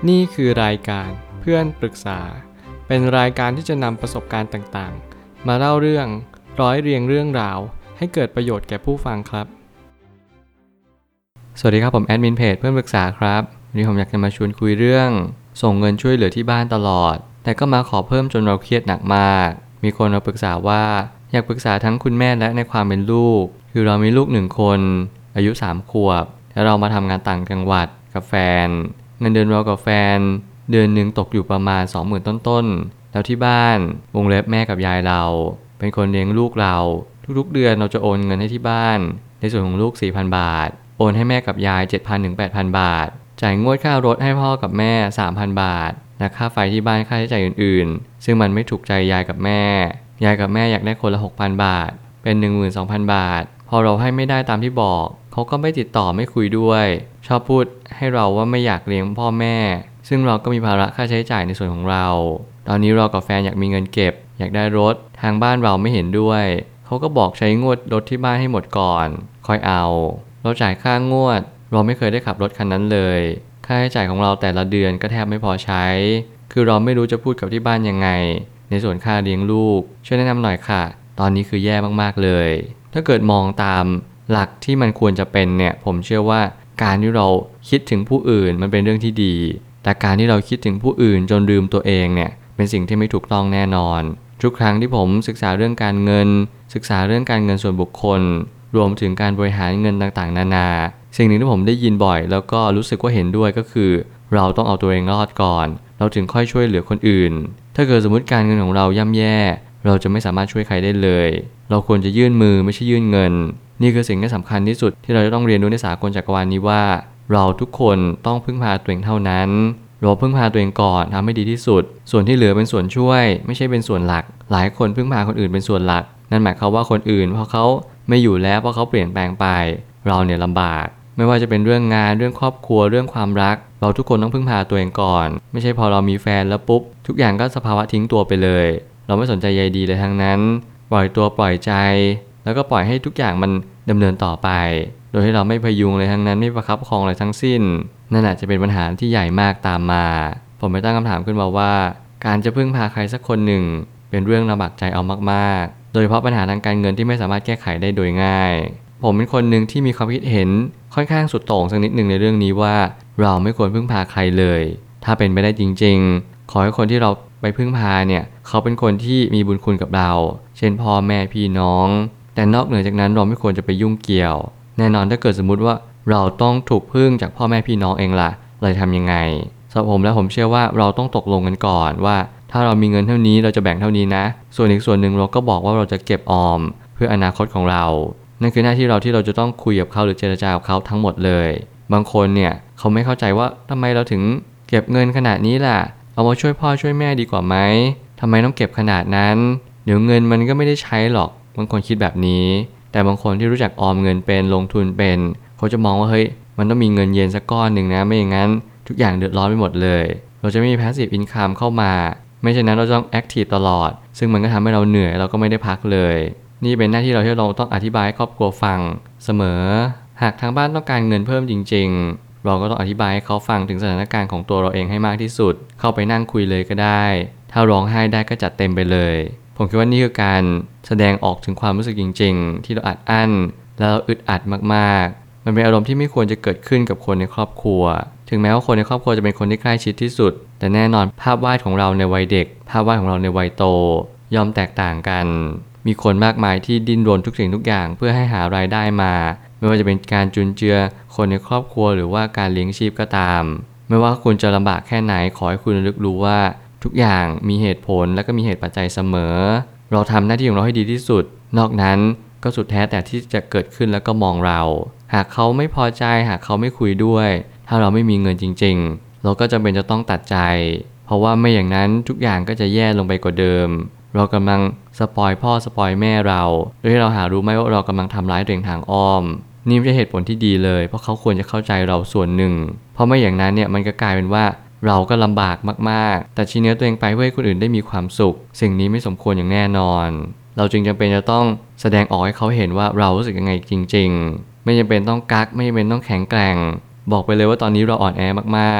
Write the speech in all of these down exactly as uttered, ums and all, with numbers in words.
นี่คือรายการเพื่อนปรึกษาเป็นรายการที่จะนำประสบการณ์ต่างๆมาเล่าเรื่องร้อยเรียงเรื่องราวให้เกิดประโยชน์แก่ผู้ฟังครับสวัสดีครับผมแอดมินเพจเพื่อนปรึกษาครับวันนี้ผมอยากจะมาชวนคุยเรื่องส่งเงินช่วยเหลือที่บ้านตลอดแต่ก็มาขอเพิ่มจนเราเครียดหนักมากมีคนมาปรึกษาว่าอยากปรึกษาทั้งคุณแม่และในความเป็นลูกคือเรามีลูกหนึ่งคนอายุสามขวบแล้วเรามาทำงานต่างจังหวัดกับแฟนเงินเดือนเรากับแฟนเดือนหนึ่งตกอยู่ประมาณ สองหมื่น ต้นๆแล้วที่บ้านวงเล็บแม่กับยายเราเป็นคนเลี้ยงลูกเราทุกๆเดือนเราจะโอนเงินให้ที่บ้านในส่วนของลูก สี่พัน บาทโอนให้แม่กับยาย เจ็ดพัน ถึง แปดพัน บาทจ่ายงวดค่ารถให้พ่อกับแม่ สามพัน บาทและค่าไฟที่บ้านค่าใช้จ่ายอื่นๆซึ่งมันไม่ถูกใจยายกับแม่ยายกับแม่อยากได้คนละ หกพัน บาทเป็น หนึ่งหมื่นสองพัน บาทพอเราให้ไม่ได้ตามที่บอกเขาก็ไม่ติดต่อไม่คุยด้วยชอบพูดให้เราว่าไม่อยากเลี้ยงพ่อแม่ซึ่งเราก็มีภาระค่าใช้จ่ายในส่วนของเราตอนนี้เรากับแฟนอยากมีเงินเก็บอยากได้รถทางบ้านเราไม่เห็นด้วยเขาก็บอกใช้งวดรถที่บ้านให้หมดก่อนค่อยเอาเราจ่ายค่างวดเราไม่เคยได้ขับรถคันนั้นเลยค่าใช้จ่ายของเราแต่ละเดือนก็แทบไม่พอใช้คือเราไม่รู้จะพูดกับที่บ้านยังไงในส่วนค่าเลี้ยงลูกช่วยแนะนำหน่อยค่ะตอนนี้คือแย่มากๆเลยถ้าเกิดมองตามหลักที่มันควรจะเป็นเนี่ยผมเชื่อว่าการที่เราคิดถึงผู้อื่นมันเป็นเรื่องที่ดีแต่การที่เราคิดถึงผู้อื่นจนลืมตัวเองเนี่ยเป็นสิ่งที่ไม่ถูกต้องแน่นอนทุกครั้งที่ผมศึกษาเรื่องการเงินศึกษาเรื่องการเงินส่วนบุคคลรวมถึงการบริหารเงินต่างๆนานาสิ่งหนึ่งที่ผมได้ยินบ่อยแล้วก็รู้สึกว่าเห็นด้วยก็คือเราต้องเอาตัวเองรอดก่อนเราถึงค่อยช่วยเหลือคนอื่นถ้าเกิดสมมติการเงินของเราย่ำแย่เราจะไม่สามารถช่วยใครได้เลยเราควรจะยื่นมือไม่ใช่ยื่นเงินนี่คือสิ่งที่สำคัญที่สุดที่เราจะต้องเรียนรู้ในสากลจักรวาลนี้ว่าเราทุกคนต้องพึ่งพาตัวเองเท่านั้นเราพึ่งพาตัวเองก่อนทำให้ดีที่สุดส่วนที่เหลือเป็นส่วนช่วยไม่ใช่เป็นส่วนหลักหลายคนพึ่งพาคนอื่นเป็นส่วนหลักนั่นหมายความว่าคนอื่นพอเขาไม่อยู่แล้วเพราะเขาเปลี่ยนแปลงไปเราเนี่ยลำบากไม่ว่าจะเป็นเรื่องงานเรื่องครอบครัวเรื่องความรักเราทุกคนต้องพึ่งพาตัวเองก่อนไม่ใช่พอเรามีแฟนแล้วปุ๊บทุกอย่างก็สภาวะทิ้งตัวไปเลยเราไม่สนใจใยดีเลยทั้งนั้นปล่อยตัวปล่อยใจแล้วก็ปล่อยให้ทุกอย่างมันดำเนินต่อไปโดยที่เราไม่พยุงเลยทั้งนั้นไม่ประคับประคองอะไรทั้งสิ้นนั่นแหละจะเป็นปัญหาที่ใหญ่มากตามมาผมไม่ตั้งคำถามขึ้นมาว่าการจะพึ่งพาใครสักคนหนึ่งเป็นเรื่องลำบากใจเอามากๆโดยเฉพาะปัญหาทางการเงินที่ไม่สามารถแก้ไขได้โดยง่ายผมเป็นคนหนึ่งที่มีความคิดเห็นค่อนข้างสุดโต่งสักนิดหนึ่งในเรื่องนี้ว่าเราไม่ควรพึ่งพาใครเลยถ้าเป็นไปได้จริงๆขอให้คนที่เราไปพึ่งพาเนี่ยเขาเป็นคนที่มีบุญคุณกับเราเช่นพ่อแม่พี่น้องแต่นอกเหนือจากนั้นเราไม่ควรจะไปยุ่งเกี่ยวแน่นอนถ้าเกิดสมมุติว่าเราต้องถูกพึ่งจากพ่อแม่พี่น้องเองล่ะเราจะทำยังไงสำหรับผมแล้วผมเชื่อว่าเราต้องตกลงกันก่อนว่าถ้าเรามีเงินเท่านี้เราจะแบ่งเท่านี้นะส่วนอีกส่วนหนึ่งเราก็บอกว่าเราจะเก็บออมเพื่ออนาคตของเรานั่นคือหน้าที่เราที่เราจะต้องคุยกับเขาหรือเจรจากับเขาทั้งหมดเลยบางคนเนี่ยเขาไม่เข้าใจว่าทำไมเราถึงเก็บเงินขนาดนี้ล่ะเอามาช่วยพ่อช่วยแม่ดีกว่าไหมทำไมต้องเก็บขนาดนั้นเดี๋ยวเงินมันก็ไม่ได้ใช้หรอกบางคนคิดแบบนี้แต่บางคนที่รู้จักออมเงินเป็นลงทุนเป็นเขาจะมองว่าเฮ้ยมันต้องมีเงินเย็นสักก้อนหนึ่งนะไม่อย่างนั้นทุกอย่างเดือดร้อนไปหมดเลยเราจะไม่มี passive income เข้ามาไม่เช่นนั้นเราต้อง active ตลอดซึ่งมันก็ทำให้เราเหนื่อยเราก็ไม่ได้พักเลยนี่เป็นหน้าที่เราที่เราต้องอธิบายให้ครอบครัวฟังเสมอหากทางบ้านต้องการเงินเพิ่มจริงๆเราก็ต้องอธิบายให้เขาฟังถึงสถานการณ์ของตัวเราเองให้มากที่สุดเข้าไปนั่งคุยเลยก็ได้ถ้าร้องไห้ได้ก็จัดเต็มไปเลยผมคิดว่านี่คือการแสดงออกถึงความรู้สึกจริงๆที่เราอัดอั้นแล้วเราอึดอัดมากๆมันเป็นอารมณ์ที่ไม่ควรจะเกิดขึ้นกับคนในครอบครัวถึงแม้ว่าคนในครอบครัวจะเป็นคนที่ใกล้ชิดที่สุดแต่แน่นอนภาพวาดของเราในวัยเด็กภาพวาดของเราในวัยโตย่อมแตกต่างกันมีคนมากมายที่ดิ้นรนทุกสิ่งทุกอย่างเพื่อให้หารายได้มาไม่ว่าจะเป็นการจุนเจือคนในครอบครัวหรือว่าการเลี้ยงชีพก็ตามไม่ว่าคุณจะลำบากแค่ไหนขอให้คุณระลึกรู้ว่าทุกอย่างมีเหตุผลและก็มีเหตุปัจจัยเสมอเราทำหน้าที่ของเราให้ดีที่สุดนอกนั้นก็สุดแท้แต่ที่จะเกิดขึ้นแล้วก็มองเราหากเขาไม่พอใจหากเขาไม่คุยด้วยถ้าเราไม่มีเงินจริงๆเราก็จำเป็นจะต้องตัดใจเพราะว่าไม่อย่างนั้นทุกอย่างก็จะแย่ลงไปกว่าเดิมเรากำลังสปอยพ่อสปอยแม่เราโดยที่เราหารู้ไหมว่าเรากำลังทำร้ายตัวเองทางอ้อมนี่ไม่ใช่เหตุผลที่ดีเลยเพราะเขาควรจะเข้าใจเราส่วนหนึ่งเพราะไม่อย่างนั้นเนี่ยมันก็กลายเป็นว่าเราก็ลำบากมากๆแต่ชี้เนื้อตัวเองไปเพื่อให้คนอื่นได้มีความสุขสิ่งนี้ไม่สมควรอย่างแน่นอนเราจึงจำเป็นจะต้องแสดงออกให้เขาเห็นว่าเรารู้สึกยังไงจริงๆไม่จำเป็นต้องกักไม่จำเป็นต้องแข็งแกร่งบอกไปเลยว่าตอนนี้เราอ่อนแอมากๆ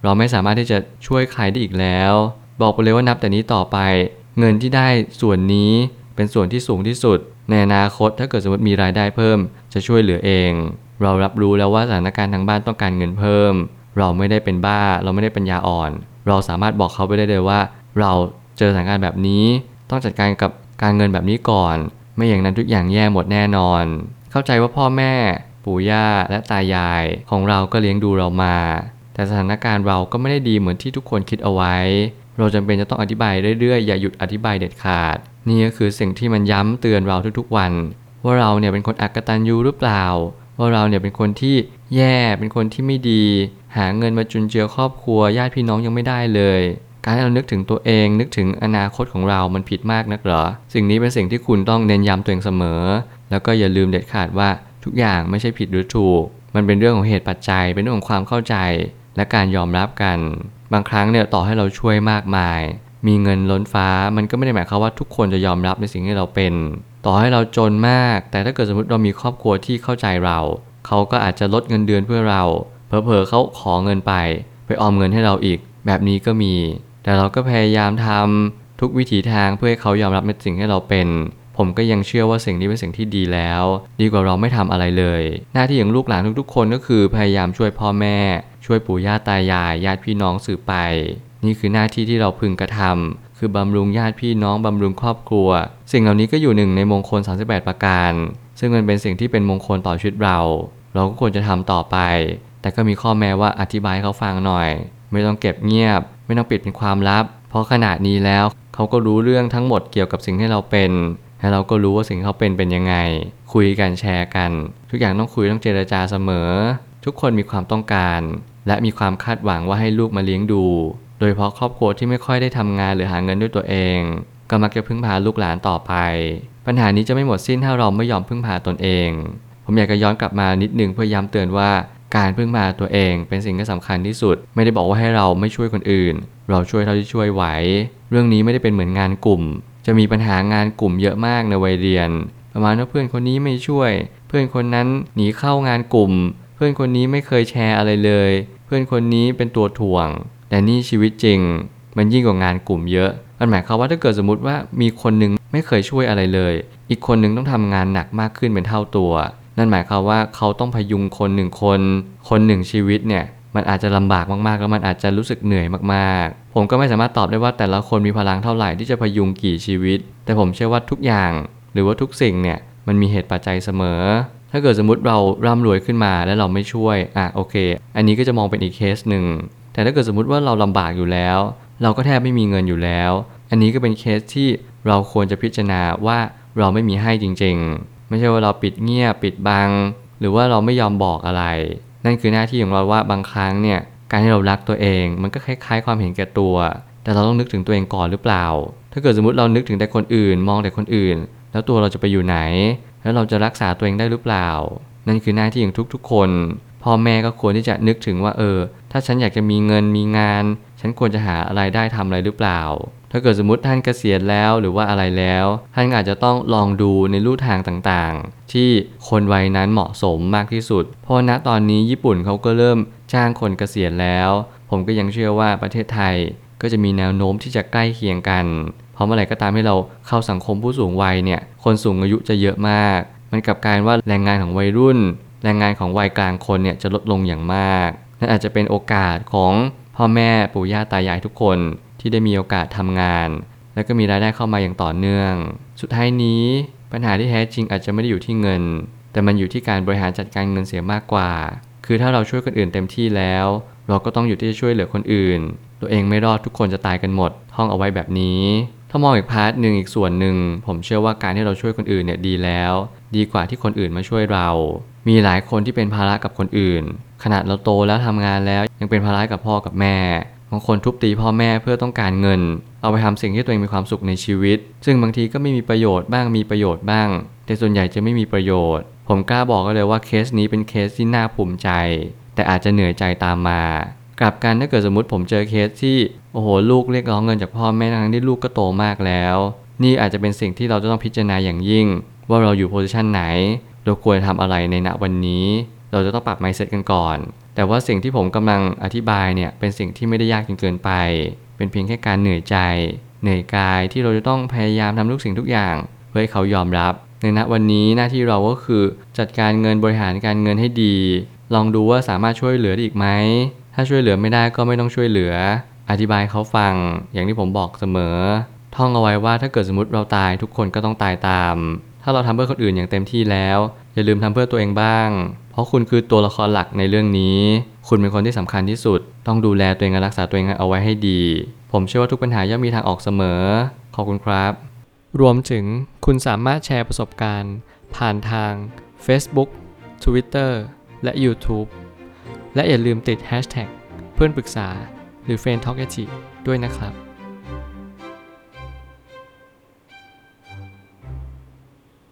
เราไม่สามารถที่จะช่วยใครได้อีกแล้วบอกไปเลยว่านับแต่นี้ต่อไปเงินที่ได้ส่วนนี้เป็นส่วนที่สูงที่สุดในอนาคตถ้าเกิดสมมติมีรายได้เพิ่มจะช่วยเหลือเองเรารับรู้แล้วว่าสถานการณ์ทางบ้านต้องการเงินเพิ่มเราไม่ได้เป็นบ้าเราไม่ได้ปัญญาอ่อนเราสามารถบอกเขาไปได้เลยว่าเราเจอสถานการณ์แบบนี้ต้องจัดการกับการเงินแบบนี้ก่อนไม่อย่างนั้นทุกอย่างแย่หมดแน่นอนเข้าใจว่าพ่อแม่ปู่ย่าและตายายของเราก็เลี้ยงดูเรามาแต่สถานการณ์เราก็ไม่ได้ดีเหมือนที่ทุกคนคิดเอาไว้เราจำเป็นจะต้องอธิบายเรื่อยๆอย่าหยุดอธิบายเด็ดขาดนี่ก็คือสิ่งที่มันย้ำเตือนเราทุกๆวันว่าเราเนี่ยเป็นคนอกตัญญูหรือเปล่าว่าเราเนี่ยเป็นคนที่แย่เป็นคนที่ไม่ดีหาเงินมาจุนเจือครอบครัวญาติพี่น้องยังไม่ได้เลยการให้เรานึกถึงตัวเองนึกถึงอนาคตของเรามันผิดมากนักเหรอสิ่งนี้เป็นสิ่งที่คุณต้องเน้นย้ำตัวเองเสมอแล้วก็อย่าลืมเด็ดขาดว่าทุกอย่างไม่ใช่ผิดหรือถูกมันเป็นเรื่องของเหตุปัจจัยเป็นเรื่องของความเข้าใจและการยอมรับกันบางครั้งเนี่ยต่อให้เราช่วยมากมายมีเงินล้นฟ้ามันก็ไม่ได้หมายความว่าทุกคนจะยอมรับในสิ่งที่เราเป็นต่อให้เราจนมากแต่ถ้าเกิดสมมติเรามีครอบครัวที่เข้าใจเราเขาก็อาจจะลดเงินเดือนเพื่อเราเผลอๆเขาขอเงินไปไปออมเงินให้เราอีกแบบนี้ก็มีแต่เราก็พยายามทำทุกวิถีทางเพื่อให้เขายอมรับในสิ่งที่เราเป็นผมก็ยังเชื่อว่าสิ่งนี้เป็นสิ่งที่ดีแล้วดีกว่าเราไม่ทำอะไรเลยหน้าที่ของลูกหลานทุกๆคนก็คือพยายามช่วยพ่อแม่ช่วยปู่ย่าตายายญาติพี่น้องสืบไปนี่คือหน้าที่ที่เราพึงกระทำคือบำรุงญาติพี่น้องบำรุงครอบครัวสิ่งเหล่านี้ก็อยู่หนึ่งในมงคลสามสิบแปดประการซึ่งมันเป็นสิ่งที่เป็นมงคลต่อชีวิตเราเราก็ควรจะทำต่อไปแต่ก็มีข้อแม้ว่าอธิบายเขาฟังหน่อยไม่ต้องเก็บเงียบไม่ต้องปิดเป็นความลับเพราะขณะนี้แล้วเขาก็รู้เรื่องทั้งหมดเกี่ยวกับสิ่งที่เราเป็นและเราก็รู้ว่าสิ่งที่เขาเป็นเป็นยังไงคุยกันแชร์กันทุกอย่างต้องคุยต้องเจรจาเสมอทุกคนมีความต้องการและมีความคาดหวังว่าให้ลูกมาเลี้ยงดูโดยเฉพาะครอบครัวที่ไม่ค่อยได้ทำงานหรือหาเงินด้วยตัวเองก็มักจะพึ่งพาลูกหลานต่อไปปัญหานี้จะไม่หมดสิ้นถ้าเราไม่ยอมพึ่งพาตนเองผมอยากจะย้อนกลับมานิดนึงเพื่อย้ำเตือนว่าการพึ่งพาตัวเองเป็นสิ่งที่สำคัญที่สุดไม่ได้บอกว่าให้เราไม่ช่วยคนอื่นเราช่วยเท่าที่ช่วยไหวเรื่องนี้ไม่ได้เป็นเหมือนงานกลุ่มจะมีปัญหางานกลุ่มเยอะมากในวัยเรียนประมาณว่าเพื่อนคนนี้ไม่ช่วยเพื่อนคนนั้นหนีเข้างานกลุ่มเพื่อนคนนี้ไม่เคยแชร์อะไรเลยเพื่อนคนนี้เป็นตัวถ่วงแต่นี่ชีวิตจริงมันยิ่งกว่างานกลุ่มเยอะมันหมายความว่าถ้าเกิดสมมติว่ามีคนนึงไม่เคยช่วยอะไรเลยอีกคนนึงต้องทำงานหนักมากขึ้นเป็นเท่าตัวนั่นหมายความว่าเขาต้องพยุงคนหนึ่งคนคนหนึ่งชีวิตเนี่ยมันอาจจะลำบากมากๆแล้วมันอาจจะรู้สึกเหนื่อยมากๆผมก็ไม่สามารถตอบได้ว่าแต่ละคนมีพลังเท่าไหร่ที่จะพยุงกี่ชีวิตแต่ผมเชื่อว่าทุกอย่างหรือว่าทุกสิ่งเนี่ยมันมีเหตุปัจจัยเสมอถ้าเกิดสมมติเราร่ำรวยขึ้นมาแล้วเราไม่ช่วยอ่ะโอเคอันนี้ก็จะมองเป็นอีกเคสหนึ่งแต่ถ้าเกิดสมมติว่าเราลำบากอยู่แล้วเราก็แทบไม่มีเงินอยู่แล้วอันนี้ก็เป็นเคสที่เราควรจะพิจารณาว่าเราไม่มีให้จริงๆไม่ใช่ว่าเราปิดเงียบปิดบังหรือว่าเราไม่ยอมบอกอะไรนั่นคือหน้าที่ของเราว่าบางครั้งเนี่ยการที่เรารักตัวเองมันก็คล้ายๆความเห็นแก่ตัวแต่เราต้องนึกถึงตัวเองก่อนหรือเปล่าถ้าเกิดสมมติเรานึกถึงแต่คนอื่นมองแต่คนอื่นแล้วตัวเราจะไปอยู่ไหนแล้วเราจะรักษาตัวเองได้หรือเปล่านั่นคือหน้าที่ของทุกๆคนพ่อแม่ก็ควรที่จะนึกถึงว่าเออถ้าฉันอยากจะมีเงินมีงานฉันควรจะหาอะไรได้ทำอะไรหรือเปล่าถ้าเกิดสมมติท่านเกษียณแล้วหรือว่าอะไรแล้วท่านอาจจะต้องลองดูในลู่ทางต่างๆที่คนวัยนั้นเหมาะสมมากที่สุดเพราะณตอนนี้ญี่ปุ่นเขาก็เริ่มจ้างคนเกษียณแล้วผมก็ยังเชื่อว่าประเทศไทยก็จะมีแนวโน้มที่จะใกล้เคียงกันเพราะเมื่อไหร่ก็ตามให้เราเข้าสังคมผู้สูงวัยเนี่ยคนสูงอายุจะเยอะมากมันกลับกลายว่าแรงงานของวัยรุ่นแรงงานของวัยกลางคนเนี่ยจะลดลงอย่างมากนั่นอาจจะเป็นโอกาสของพ่อแม่ปู่ย่าตายายทุกคนที่ได้มีโอกาสทำงานและก็มีรายได้เข้ามาอย่างต่อเนื่องสุดท้ายนี้ปัญหาที่แท้จริงอาจจะไม่ได้อยู่ที่เงินแต่มันอยู่ที่การบริหารจัดการเงินเสียมากกว่าคือถ้าเราช่วยคนอื่นเต็มที่แล้วเราก็ต้องอยู่ที่จะช่วยเหลือคนอื่นตัวเองไม่รอดทุกคนจะตายกันหมดท่องเอาไว้แบบนี้ถ้ามองอีกพาร์ทหนึ่งอีกส่วนหนึ่งผมเชื่อว่าการที่เราช่วยคนอื่นเนี่ยดีแล้วดีกว่าที่คนอื่นมาช่วยเรามีหลายคนที่เป็นภาระกับคนอื่นขนาดเราโตแล้วทำงานแล้วยังเป็นภาระกับพ่อกับแม่บางคนทุบตีพ่อแม่เพื่อต้องการเงินเอาไปทำสิ่งที่ตัวเองมีความสุขในชีวิตซึ่งบางทีก็ไม่มีประโยชน์บ้างมีประโยชน์บ้างแต่ส่วนใหญ่จะไม่มีประโยชน์ผมกล้าบอกเลยว่าเคสนี้เป็นเคสที่น่าภูมิใจแต่อาจจะเหนื่อยใจตามมากลับกันถ้าเกิดสมมติผมเจอเคสที่โอ้โหลูกเรียกร้องเงินจากพ่อแม่ทั้งที่ลูกก็โตมากแล้วนี่อาจจะเป็นสิ่งที่เราจะต้องพิจารณาอย่างยิ่งว่าเราอยู่โพสิชันไหนเราควรทำอะไรในณวันนี้เราจะต้องปรับ mindset กันก่อนแต่ว่าสิ่งที่ผมกำลังอธิบายเนี่ยเป็นสิ่งที่ไม่ได้ยากจนเกินไปเป็นเพียงแค่การเหนื่อยใจเหนื่อยกายที่เราจะต้องพยายามทำทุกสิ่งทุกอย่างเพื่อให้เขายอมรับในณวันนี้หน้าที่เราก็คือจัดการเงินบริหารการเงินให้ดีลองดูว่าสามารถช่วยเหลือได้อีกไหมถ้าช่วยเหลือไม่ได้ก็ไม่ต้องช่วยเหลืออธิบายเขาฟังอย่างที่ผมบอกเสมอท่องเอาไว้ว่าถ้าเกิดสมมติเราตายทุกคนก็ต้องตายตามถ้าเราทำเพื่อคนอื่นอย่างเต็มที่แล้วอย่าลืมทำเพื่อตัวเองบ้างเพราะคุณคือตัวละครหลักในเรื่องนี้คุณเป็นคนที่สำคัญที่สุดต้องดูแลตัวเองและรักษาตัวเองเอาไว้ให้ดีผมเชื่อว่าทุกปัญหาย่อมมีทางออกเสมอขอบคุณครับรวมถึงคุณสามารถแชร์ประสบการณ์ผ่านทาง Facebook Twitter และ YouTube และอย่าลืมติด แฮชแท็ก เพื่อนปรึกษาหรือ เฟรนด์ ทอล์ก ด้วยนะครับ